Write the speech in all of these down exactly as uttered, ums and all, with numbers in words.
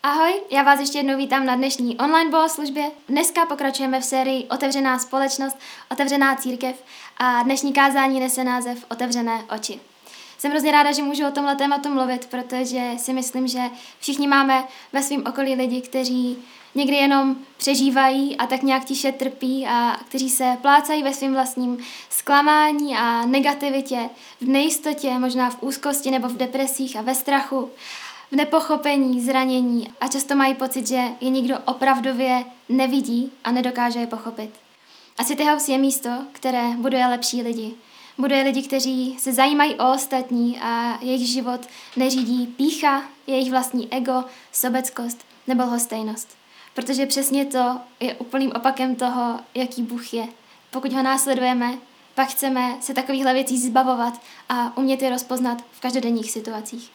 Ahoj, já vás ještě jednou vítám na dnešní online bohoslužbě. Dneska pokračujeme v sérii Otevřená společnost, otevřená církev a dnešní kázání nese název Otevřené oči. Jsem hrozně ráda, že můžu o tomhle tématu mluvit, protože si myslím, že všichni máme ve svém okolí lidi, kteří někdy jenom přežívají a tak nějak tiše trpí a kteří se plácají ve svém vlastním zklamání a negativitě, v nejistotě, možná v úzkosti nebo v depresích a ve strachu, v nepochopení, zranění a často mají pocit, že je nikdo opravdově nevidí a nedokáže je pochopit. A City House je místo, které buduje lepší lidi. Buduje lidi, kteří se zajímají o ostatní a jejich život neřídí pýcha, jejich vlastní ego, sobeckost nebo lhostejnost. Protože přesně to je úplným opakem toho, jaký Bůh je. Pokud ho následujeme, pak chceme se takovýchhle věcí zbavovat a umět je rozpoznat v každodenních situacích.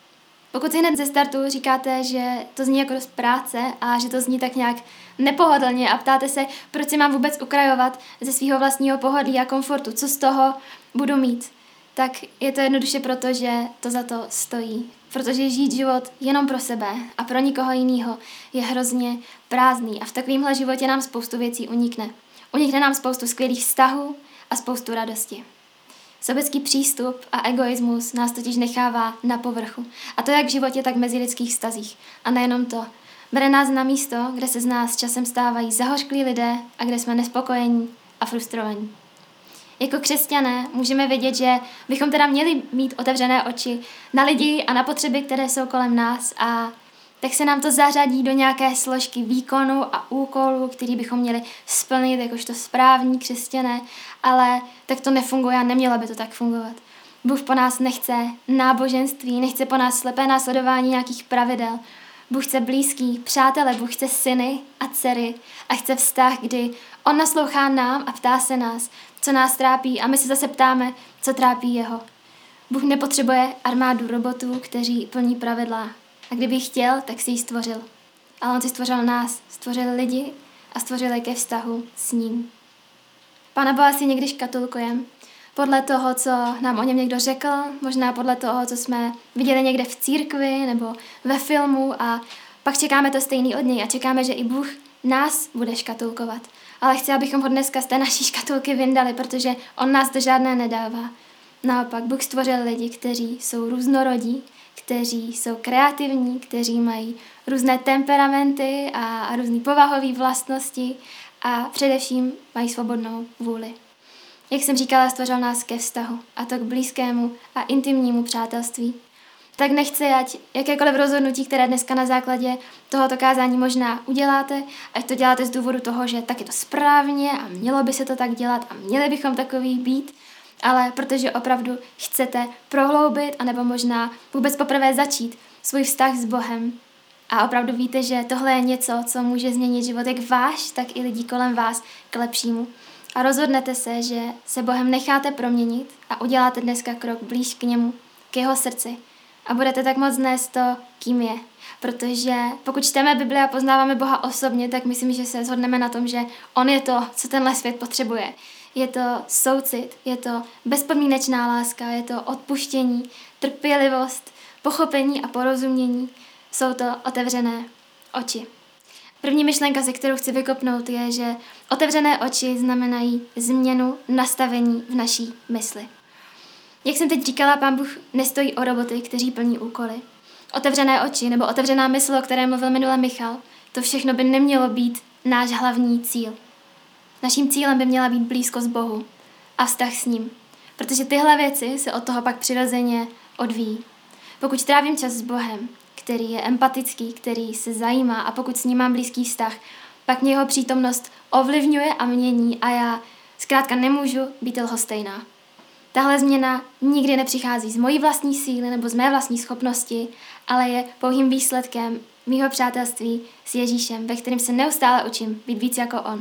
Pokud si hned ze startu říkáte, že to zní jako dost práce a že to zní tak nějak nepohodlně a ptáte se, proč si mám vůbec ukrajovat ze svého vlastního pohodlí a komfortu, co z toho budu mít, tak je to jednoduše proto, že to za to stojí. Protože žít život jenom pro sebe a pro nikoho jiného je hrozně prázdný a v takovémhle životě nám spoustu věcí unikne. Unikne nám spoustu skvělých vztahů a spoustu radosti. Sobecký přístup a egoismus nás totiž nechává na povrchu. A to jak v životě, tak v mezilidských vztazích. A nejenom to. Bere nás na místo, kde se z nás časem stávají zahořklí lidé a kde jsme nespokojení a frustrovaní. Jako křesťané můžeme vědět, že bychom teda měli mít otevřené oči na lidi a na potřeby, které jsou kolem nás a tak se nám to zařadí do nějaké složky výkonu a úkolů, který bychom měli splnit jakožto správní křesťané, ale tak to nefunguje a nemělo by to tak fungovat. Bůh po nás nechce náboženství, nechce po nás slepé následování nějakých pravidel. Bůh chce blízký přátele, Bůh chce syny a dcery a chce vztah, kdy on naslouchá nám a ptá se nás, co nás trápí a my se zase ptáme, co trápí jeho. Bůh nepotřebuje armádu robotů, kteří plní pravidla. A kdyby chtěl, tak si ji stvořil. Ale on si stvořil nás, stvořil lidi a stvořil je ke vztahu s ním. Pána Boha si někdy škatulkujeme podle toho, co nám o něm někdo řekl, možná podle toho, co jsme viděli někde v církvi nebo ve filmu a pak čekáme to stejný od něj a čekáme, že i Bůh nás bude škatulkovat. Ale chci, abychom ho dneska z té naší škatulky vyndali, protože on nás do žádné nedává. Naopak, Bůh stvořil lidi, kteří jsou různorodí, kteří jsou kreativní, kteří mají různé temperamenty a různé povahové vlastnosti a především mají svobodnou vůli. Jak jsem říkala, stvořil nás ke vztahu, a to k blízkému a intimnímu přátelství. Tak nechci, ať jakékoliv rozhodnutí, které dneska na základě tohoto kázání možná uděláte, ať to děláte z důvodu toho, že tak je to správně a mělo by se to tak dělat a měli bychom takový být, ale protože opravdu chcete prohloubit anebo možná vůbec poprvé začít svůj vztah s Bohem a opravdu víte, že tohle je něco, co může změnit život jak váš, tak i lidí kolem vás k lepšímu. A rozhodnete se, že se Bohem necháte proměnit a uděláte dneska krok blíž k němu, k jeho srdci a budete tak moc nést to, kým je. Protože pokud čteme Bibli a poznáváme Boha osobně, tak myslím, že se shodneme na tom, že on je to, co tenhle svět potřebuje. Je to soucit, je to bezpodmínečná láska, je to odpuštění, trpělivost, pochopení a porozumění. Jsou to otevřené oči. První myšlenka, se kterou chci vykopnout, je, že otevřené oči znamenají změnu nastavení v naší mysli. Jak jsem teď říkala, Pán Bůh nestojí o roboty, kteří plní úkoly. Otevřené oči nebo otevřená mysl, o které mluvil minule Michal, to všechno by nemělo být náš hlavní cíl. Naším cílem by měla být blízkost Bohu a vztah s ním, protože tyhle věci se od toho pak přirozeně odvíjí. Pokud trávím čas s Bohem, který je empatický, který se zajímá a pokud s ním mám blízký vztah, pak mě jeho přítomnost ovlivňuje a mění a já zkrátka nemůžu být lhostejná. Tahle změna nikdy nepřichází z mojí vlastní síly nebo z mé vlastní schopnosti, ale je pouhým výsledkem mýho přátelství s Ježíšem, ve kterém se neustále učím být víc jako on.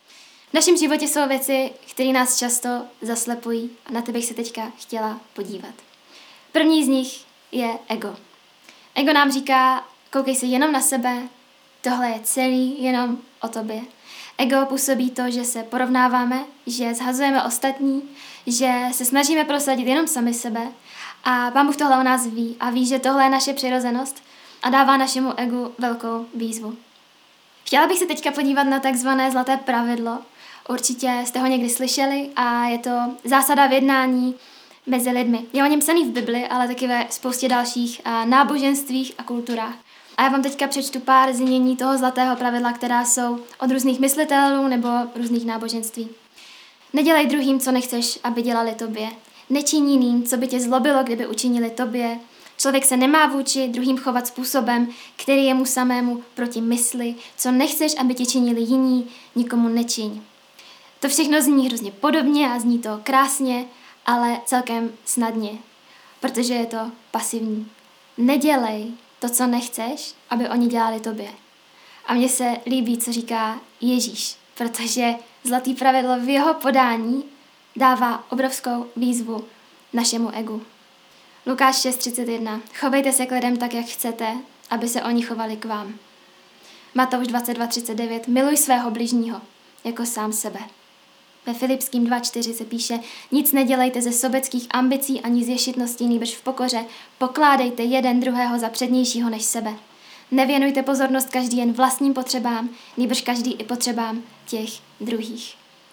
V našem životě jsou věci, které nás často zaslepují a na to bych se teďka chtěla podívat. První z nich je ego. Ego nám říká, koukej se jenom na sebe, tohle je celý jenom o tobě. Ego působí to, že se porovnáváme, že zhazujeme ostatní, že se snažíme prosadit jenom sami sebe a Pán Bůh tohle o nás ví a ví, že tohle je naše přirozenost a dává našemu egu velkou výzvu. Chtěla bych se teďka podívat na takzvané zlaté pravidlo. Určitě jste ho někdy slyšeli a je to zásada v jednání mezi lidmi. Je o něm psaný v Bibli, ale taky ve spoustě dalších náboženstvích a kulturách. A já vám teďka přečtu pár znění toho zlatého pravidla, která jsou od různých myslitelů nebo různých náboženství. Nedělej druhým, co nechceš, aby dělali tobě. Nečiň jiným, co by tě zlobilo, kdyby učinili tobě. Člověk se nemá vůči druhým chovat způsobem, který je mu samému proti mysli. Co nechceš, aby ti činili jiní, nikomu nečiň. To všechno zní hrozně podobně a zní to krásně, ale celkem snadně, protože je to pasivní. Nedělej to, co nechceš, aby oni dělali tobě. A mně se líbí, co říká Ježíš, protože zlatý pravidlo v jeho podání dává obrovskou výzvu našemu egu. Lukáš šest třicet jedna. Chovejte se k lidem tak, jak chcete, aby se oni chovali k vám. Matouš dvacet dva třicet devět. Miluj svého bližního, jako sám sebe. Ve Filipským dva čtyři se píše, nic nedělejte ze sobeckých ambicí ani z ješitností, nýbrž v pokoře, pokládejte jeden druhého za přednějšího než sebe. Nevěnujte pozornost každý jen vlastním potřebám, nýbrž každý i potřebám těch druhých.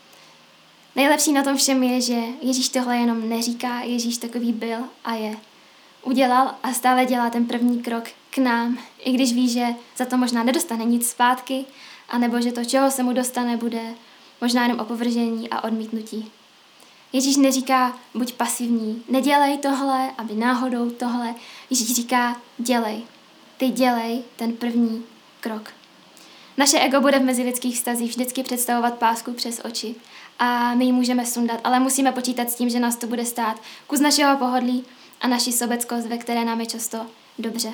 Nejlepší na tom všem je, že Ježíš tohle jenom neříká, Ježíš takový byl a je. Udělal a stále dělá ten první krok k nám, i když ví, že za to možná nedostane nic zpátky, anebo že to, čeho se mu dostane, bude možná jenom opovržení a odmítnutí. Ježíš neříká, buď pasivní, nedělej tohle, aby náhodou tohle. Ježíš říká, dělej. Ty dělej ten první krok. Naše ego bude v mezilidských vztazích vždycky představovat pásku přes oči a my ji můžeme sundat, ale musíme počítat s tím, že nás to bude stát kus našeho pohodlí a naši sobeckost, ve které nám je často dobře.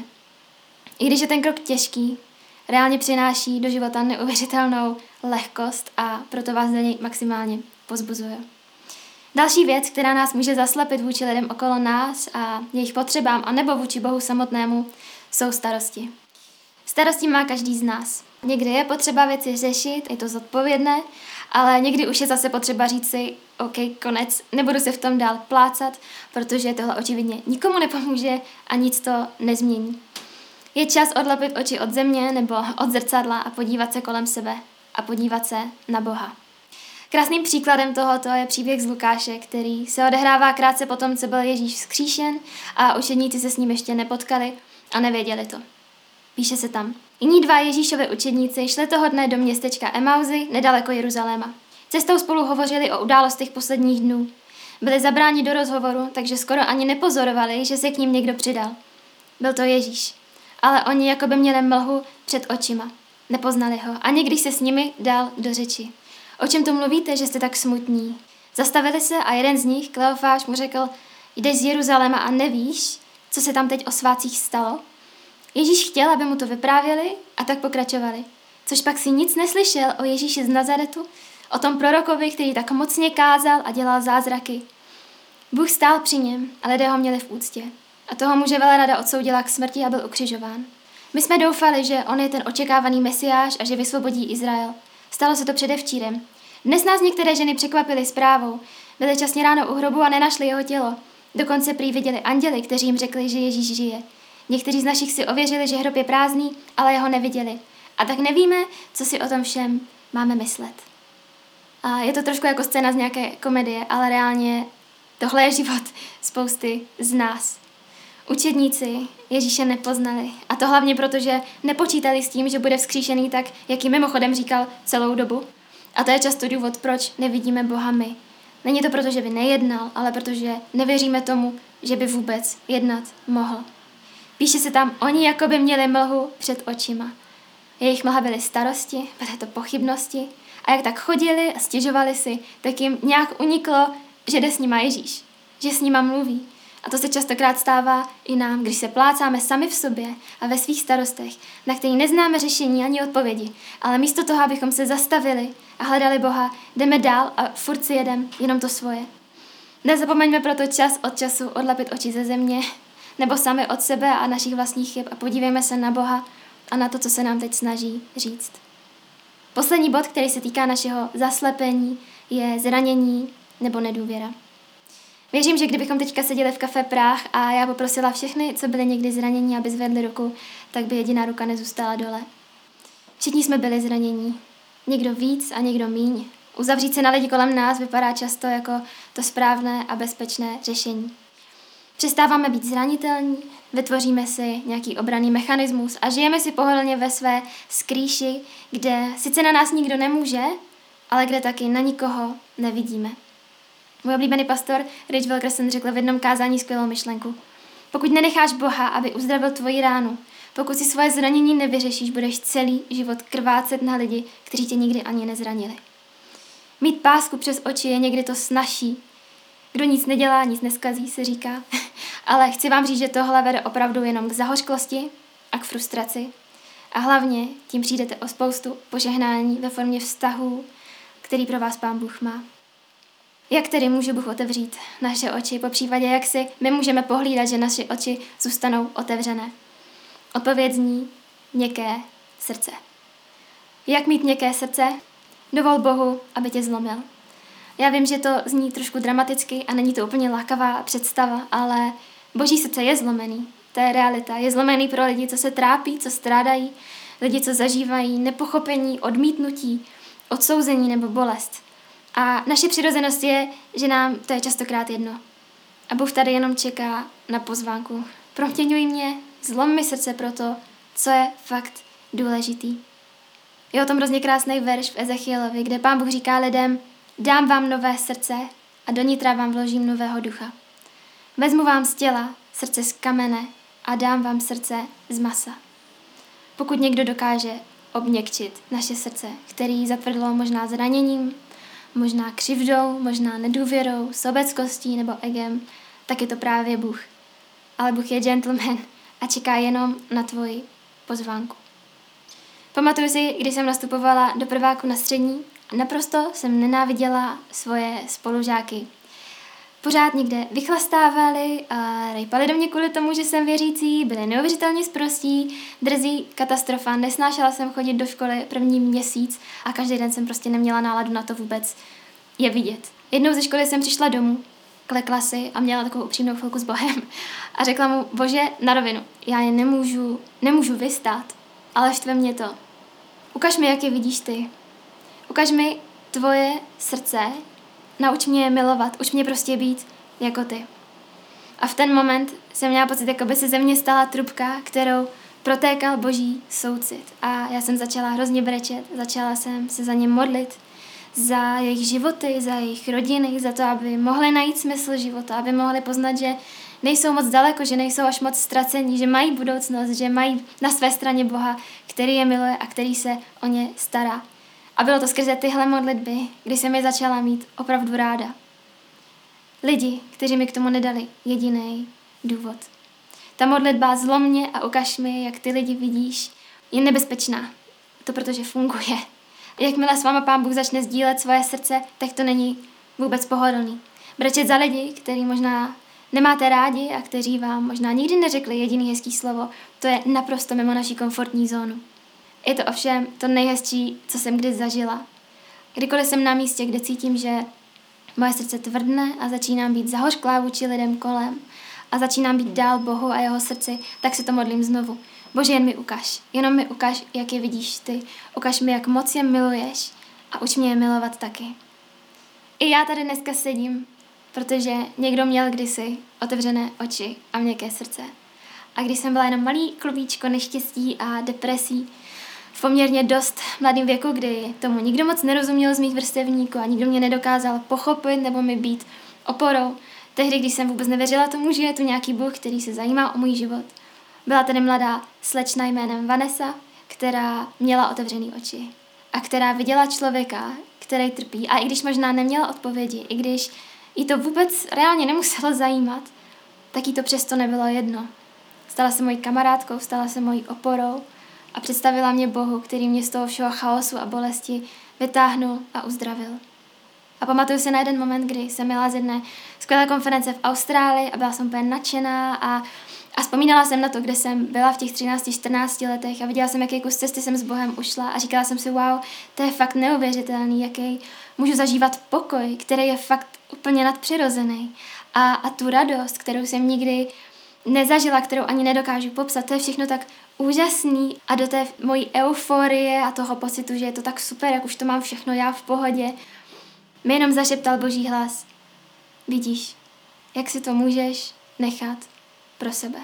I když je ten krok těžký, reálně přináší do života neuvěřitelnou lehkost a proto vás do něj maximálně pozbuzuju. Další věc, která nás může zaslepit vůči lidem okolo nás a jejich potřebám, anebo vůči Bohu samotnému, jsou starosti. Starosti má každý z nás. Někdy je potřeba věci řešit, je to zodpovědné, ale někdy už je zase potřeba říct si, OK, konec, nebudu se v tom dál plácat, protože tohle očividně nikomu nepomůže a nic to nezmění. Je čas odlepit oči od země nebo od zrcadla a podívat se kolem sebe a podívat se na Boha. Krásným příkladem tohoto je příběh z Lukáše, který se odehrává krátce potom, co byl Ježíš vzkříšen a učedníci se s ním ještě nepotkali a nevěděli to. Píše se tam. Jiní dva Ježíšovi učedníci šli toho dne do městečka Emauzy, nedaleko Jeruzaléma. Cestou spolu hovořili o událostech posledních dnů. Byli zabráni do rozhovoru, takže skoro ani nepozorovali, že se k ním někdo přidal. Byl to Ježíš. Ale oni jako by měli mlhu před očima. Nepoznali ho, ani když se s nimi dal do řeči. O čem tu mluvíte, že jste tak smutní? Zastavili se a jeden z nich, Kleofáš, mu řekl, jdeš z Jeruzaléma a nevíš, co se tam teď o svátcích stalo? Ježíš chtěl, aby mu to vyprávěli a tak pokračovali. Což pak si nic neslyšel o Ježíši z Nazaretu, o tom prorokovi, který tak mocně kázal a dělal zázraky. Bůh stál při něm a lidé ho měli v úctě. A toho muže velrada odsoudila k smrti a byl ukřižován. My jsme doufali, že on je ten očekávaný mesiáš a že vysvobodí Izrael. Stalo se to předevčírem. Dnes nás některé ženy překvapily zprávou. Byly časně ráno u hrobu a nenašli jeho tělo. Dokonce prý viděli anděli, kteří jim řekli, že Ježíš žije. Někteří z našich si ověřili, že hrob je prázdný, ale jeho neviděli. A tak nevíme, co si o tom všem máme myslet. A je to trošku jako scéna z nějaké komedie, ale reálně tohle je život spousty z nás. Učedníci Ježíše nepoznali. A to hlavně proto, že nepočítali s tím, že bude vzkříšený tak, jak jim mimochodem říkal celou dobu. A to je často důvod, proč nevidíme Boha my. Není to proto, že by nejednal, ale protože nevěříme tomu, že by vůbec jednat mohl. Píše se tam, oni jako by měli mlhu před očima. Jejich mlha byly starosti, byly to pochybnosti. A jak tak chodili a stěžovali si, tak jim nějak uniklo, že jde s nima Ježíš, že s nima mluví. A to se častokrát stává i nám, když se plácáme sami v sobě a ve svých starostech, na který neznáme řešení ani odpovědi, ale místo toho, abychom se zastavili a hledali Boha, jdeme dál a furt si jedem jenom to svoje. Nezapomeňme proto čas od času odlepit oči ze země, nebo sami od sebe a našich vlastních chyb a podívejme se na Boha a na to, co se nám teď snaží říct. Poslední bod, který se týká našeho zaslepení, je zranění nebo nedůvěra. Věřím, že kdybychom teďka seděli v kafe Práh a já poprosila všechny, co byli někdy zranění, aby zvedli ruku, tak by jediná ruka nezůstala dole. Všichni jsme byli zranění. Někdo víc a někdo míň. Uzavřít se na lidi kolem nás vypadá často jako to správné a bezpečné řešení. Přestáváme být zranitelní, vytvoříme si nějaký obranný mechanismus a žijeme si pohodlně ve své skrýši, kde sice na nás nikdo nemůže, ale kde taky na nikoho nevidíme. Můj oblíbený pastor Rich Wilkerson řekl v jednom kázání skvělou myšlenku. Pokud nenecháš Boha, aby uzdravil tvoji ránu, pokud si svoje zranění nevyřešíš, budeš celý život krvácet na lidi, kteří tě nikdy ani nezranili. Mít pásku přes oči je někdy to snazší. Kdo nic nedělá, nic neskazí, se říká. Ale chci vám říct, že tohle vede opravdu jenom k zahořklosti a k frustraci. A hlavně tím přijdete o spoustu požehnání ve formě vztahů, který pro vás Pán Bůh má. Jak tedy může Bůh otevřít naše oči, po případě jak si my můžeme pohlídat, že naše oči zůstanou otevřené? Odpověď zní měkké srdce. Jak mít měkké srdce? Dovol Bohu, aby tě zlomil. Já vím, že to zní trošku dramaticky a není to úplně lákavá představa, ale Boží srdce je zlomený. To je realita. Je zlomený pro lidi, co se trápí, co strádají, lidi, co zažívají nepochopení, odmítnutí, odsouzení nebo bolest. A naše přirozenost je, že nám to je častokrát jedno. A Bůh tady jenom čeká na pozvánku. Proměňuj mě, zlom mi srdce pro to, co je fakt důležitý. Je o tom hrozně krásný verš v Ezechielovi, kde Pán Bůh říká lidem, dám vám nové srdce a do nitra vám vložím nového ducha. Vezmu vám z těla srdce z kamene a dám vám srdce z masa. Pokud někdo dokáže obměkčit naše srdce, který zatvrdlo možná zraněním, možná křivdou, možná nedůvěrou, sobeckostí nebo egem, tak je to právě Bůh. Ale Bůh je gentleman a čeká jenom na tvoji pozvánku. Pamatuju si, když jsem nastupovala do prváku na střední, naprosto jsem nenáviděla svoje spolužáky. Pořád někde vychlastávali a rejpali do mě kvůli tomu, že jsem věřící, byli neuvěřitelně sprostí, drzí, katastrofa, nesnášela jsem chodit do školy první měsíc a každý den jsem prostě neměla náladu na to vůbec je vidět. Jednou ze školy jsem přišla domů, klekla si a měla takovou upřímnou chvilku s Bohem a řekla mu, Bože, na rovinu, já je nemůžu, nemůžu vystát, ale štve mě to. Ukaž mi, jak je vidíš ty. Ukaž mi tvoje srdce, nauč mě je milovat, uč mě prostě být jako ty. A v ten moment jsem měla pocit, jako by se ze mě stala trubka, kterou protékal Boží soucit. A já jsem začala hrozně brečet, začala jsem se za ně modlit, za jejich životy, za jejich rodiny, za to, aby mohli najít smysl života, aby mohli poznat, že nejsou moc daleko, že nejsou až moc ztracení, že mají budoucnost, že mají na své straně Boha, který je miluje a který se o ně stará. A bylo to skrze tyhle modlitby, kdy jsem je začala mít opravdu ráda. Lidi, kteří mi k tomu nedali jediný důvod. Ta modlitba zlom mě a ukaž mi, jak ty lidi vidíš, je nebezpečná. To protože funguje. Jakmile s váma Pán Bůh začne sdílet svoje srdce, tak to není vůbec pohodlný. Brečet za lidi, který možná nemáte rádi a kteří vám možná nikdy neřekli jediný hezký slovo, to je naprosto mimo naší komfortní zónu. Je to ovšem to nejhezčí, co jsem kdy zažila. Kdykoliv jsem na místě, kde cítím, že moje srdce tvrdne a začínám být zahořklá vůči lidem kolem a začínám být dál Bohu a jeho srdci, tak se to modlím znovu. Bože, jen mi ukaž. Jenom mi ukaž, jak je vidíš ty. Ukaž mi, jak moc je miluješ a uč mě je milovat taky. I já tady dneska sedím, protože někdo měl kdysi otevřené oči a měkké srdce. A když jsem byla jenom malý klubíčko neštěstí a depresí, v poměrně dost mladém věku, kdy tomu nikdo moc nerozuměl z mých vrstevníků a nikdo mě nedokázal pochopit nebo mi být oporou, tehdy, když jsem vůbec nevěřila tomu, že je tu nějaký Bůh, který se zajímá o můj život, byla tady mladá slečna jménem Vanessa, která měla otevřený oči a která viděla člověka, který trpí. A i když možná neměla odpovědi, i když jí to vůbec reálně nemuselo zajímat, tak jí to přesto nebylo jedno. Stala se mojí kamarádkou, stala se mojí oporou a představila mě Bohu, který mě z toho všeho chaosu a bolesti vytáhnul a uzdravil. A pamatuju si na jeden moment, kdy jsem měla z jedné skvělé konference v Austrálii a byla jsem úplně nadšená a, a vzpomínala jsem na to, kde jsem byla v těch třinácti čtrnácti letech a viděla jsem, jaký kus cesty jsem s Bohem ušla a říkala jsem si, wow, to je fakt neuvěřitelný, jaký můžu zažívat pokoj, který je fakt úplně nadpřirozený. a, a tu radost, kterou jsem nikdy nezažila, kterou ani nedokážu popsat. To je všechno tak úžasný a do té mojí euforie a toho pocitu, že je to tak super, jak už to mám všechno já v pohodě, mi jenom zašeptal Boží hlas. Vidíš, jak si to můžeš nechat pro sebe.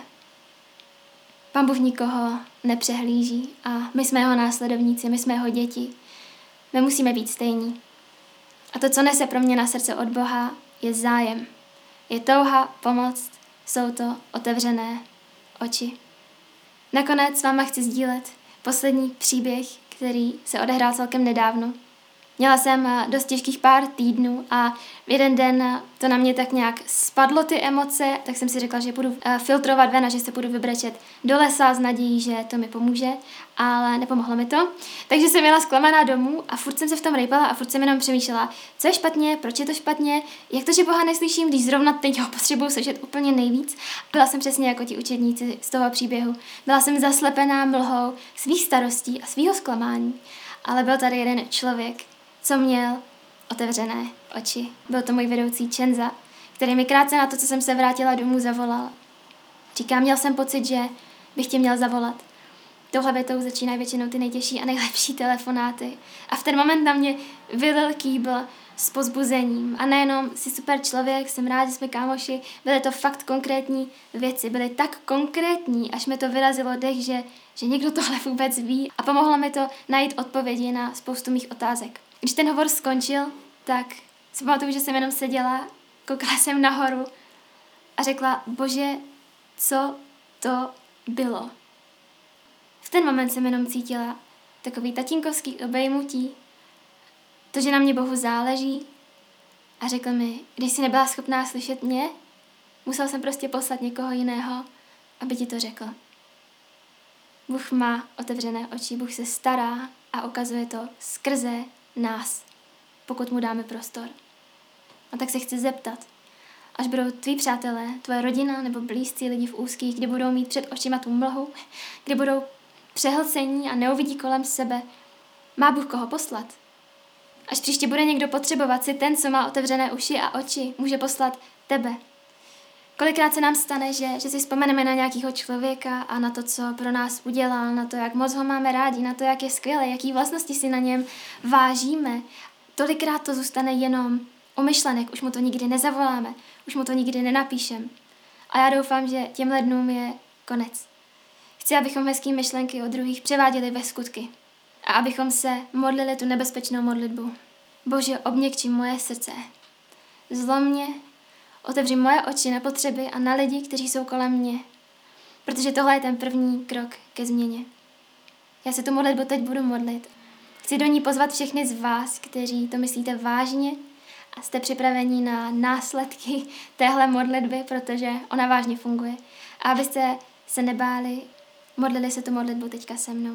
Pán Bůh nikoho nepřehlíží a my jsme jeho následovníci, my jsme jeho děti. My musíme být stejní. A to, co nese pro mě na srdce od Boha, je zájem. Je touha pomoct, jsou to otevřené oči. Nakonec s váma chci sdílet poslední příběh, který se odehrál celkem nedávno. Měla jsem dost těžkých pár týdnů a v jeden den to na mě tak nějak spadlo ty emoce, tak jsem si řekla, že budu filtrovat ven a že se budu vybrečet do lesa s nadějí, že to mi pomůže, ale nepomohlo mi to. Takže jsem jela zklamaná domů a furt jsem se v tom rejpala a furt jsem jenom přemýšlela, co je špatně, proč je to špatně, jak to, že Boha neslyším, když zrovna teď ho potřebuju slyšet úplně nejvíc. Byla jsem přesně jako ti učedníci z toho příběhu. Byla jsem zaslepená mlhou svých starostí a svýho zklamání, ale byl tady jeden člověk, co měl otevřené oči. Byl to můj vedoucí Čenza, který mi krátce na to, co jsem se vrátila domů, zavolal. Říká, měl jsem pocit, že bych tě měl zavolat. Touhle větou začínají většinou ty nejtěžší a nejlepší telefonáty. A v ten moment na mě vylil kýbl s povzbuzením. A nejenom jsi super člověk, jsem rád, že jsme kámoši, byly to fakt konkrétní věci. Byly tak konkrétní, až mi to vyrazilo dech, že, že někdo tohle vůbec ví. A pomohlo mi to najít odpovědi na spoustu mých otázek. Když ten hovor skončil, tak si pamatuju, že jsem jenom seděla, koukala jsem nahoru a řekla, Bože, co to bylo? V ten moment jsem jenom cítila takový tatínkovský obejmutí, to, že na mě Bohu záleží a řekl mi, když jsi nebyla schopná slyšet mě, musel jsem prostě poslat někoho jiného, aby ti to řekl. Bůh má otevřené oči, Bůh se stará a ukazuje to skrze nás, pokud mu dáme prostor. A tak se chci zeptat, až budou tví přátelé, tvoje rodina nebo blízcí lidi v úzkých, kdy budou mít před očima tu mlhu, kdy budou přehlcení a neuvidí kolem sebe, má Bůh koho poslat. Až příště bude někdo potřebovat, si ten, co má otevřené uši a oči, může poslat tebe. Kolikrát se nám stane, že, že si vzpomeneme na nějakého člověka a na to, co pro nás udělal, na to, jak moc ho máme rádi, na to, jak je skvělý, jaký vlastnosti si na něm vážíme. Tolikrát to zůstane jenom u myšlenek, už mu to nikdy nezavoláme, už mu to nikdy nenapíšem. A já doufám, že těmhle dnům je konec. Chci, abychom hezký myšlenky o druhých převáděli ve skutky a abychom se modlili tu nebezpečnou modlitbu. Bože, obměkči moje srdce. Zlom mě, otevři moje oči na potřeby a na lidi, kteří jsou kolem mě. Protože tohle je ten první krok ke změně. Já se tu modlitbu teď budu modlit. Chci do ní pozvat všechny z vás, kteří to myslíte vážně a jste připraveni na následky téhle modlitby, protože ona vážně funguje. A abyste se nebáli, modlili se tu modlitbu teďka se mnou.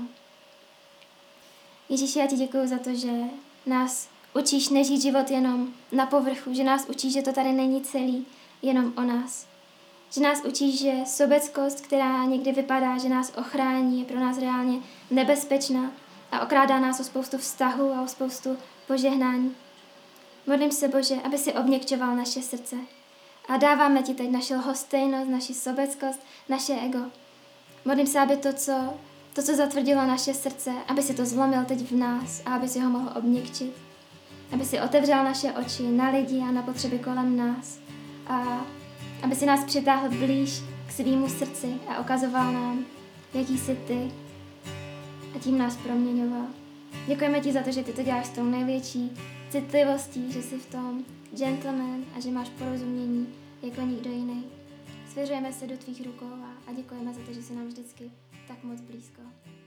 Ježíši, já ti děkuju za to, že nás učíš nežít život jenom na povrchu, že nás učíš, že to tady není celý jenom o nás. Že nás učíš, že sobeckost, která někdy vypadá, že nás ochrání, je pro nás reálně nebezpečná a okrádá nás o spoustu vztahů a o spoustu požehnání. Modlím se, Bože, aby si obměkčoval naše srdce. A dáváme ti teď naši lhostejnost, naši sobeckost, naše ego. Modlím se, aby to, co, to, co zatvrdilo naše srdce, aby si to zlomil teď v nás a aby si ho mohl obměkčit. Aby si otevřel naše oči na lidi a na potřeby kolem nás. A aby si nás přitáhl blíž k svýmu srdci a ukazoval nám, jaký jsi ty a tím nás proměňoval. Děkujeme ti za to, že ty to děláš s tou největší citlivostí, že jsi v tom gentleman a že máš porozumění jako nikdo jiný. Svěřujeme se do tvých rukou a, a děkujeme za to, že jsi nám vždycky tak moc blízko.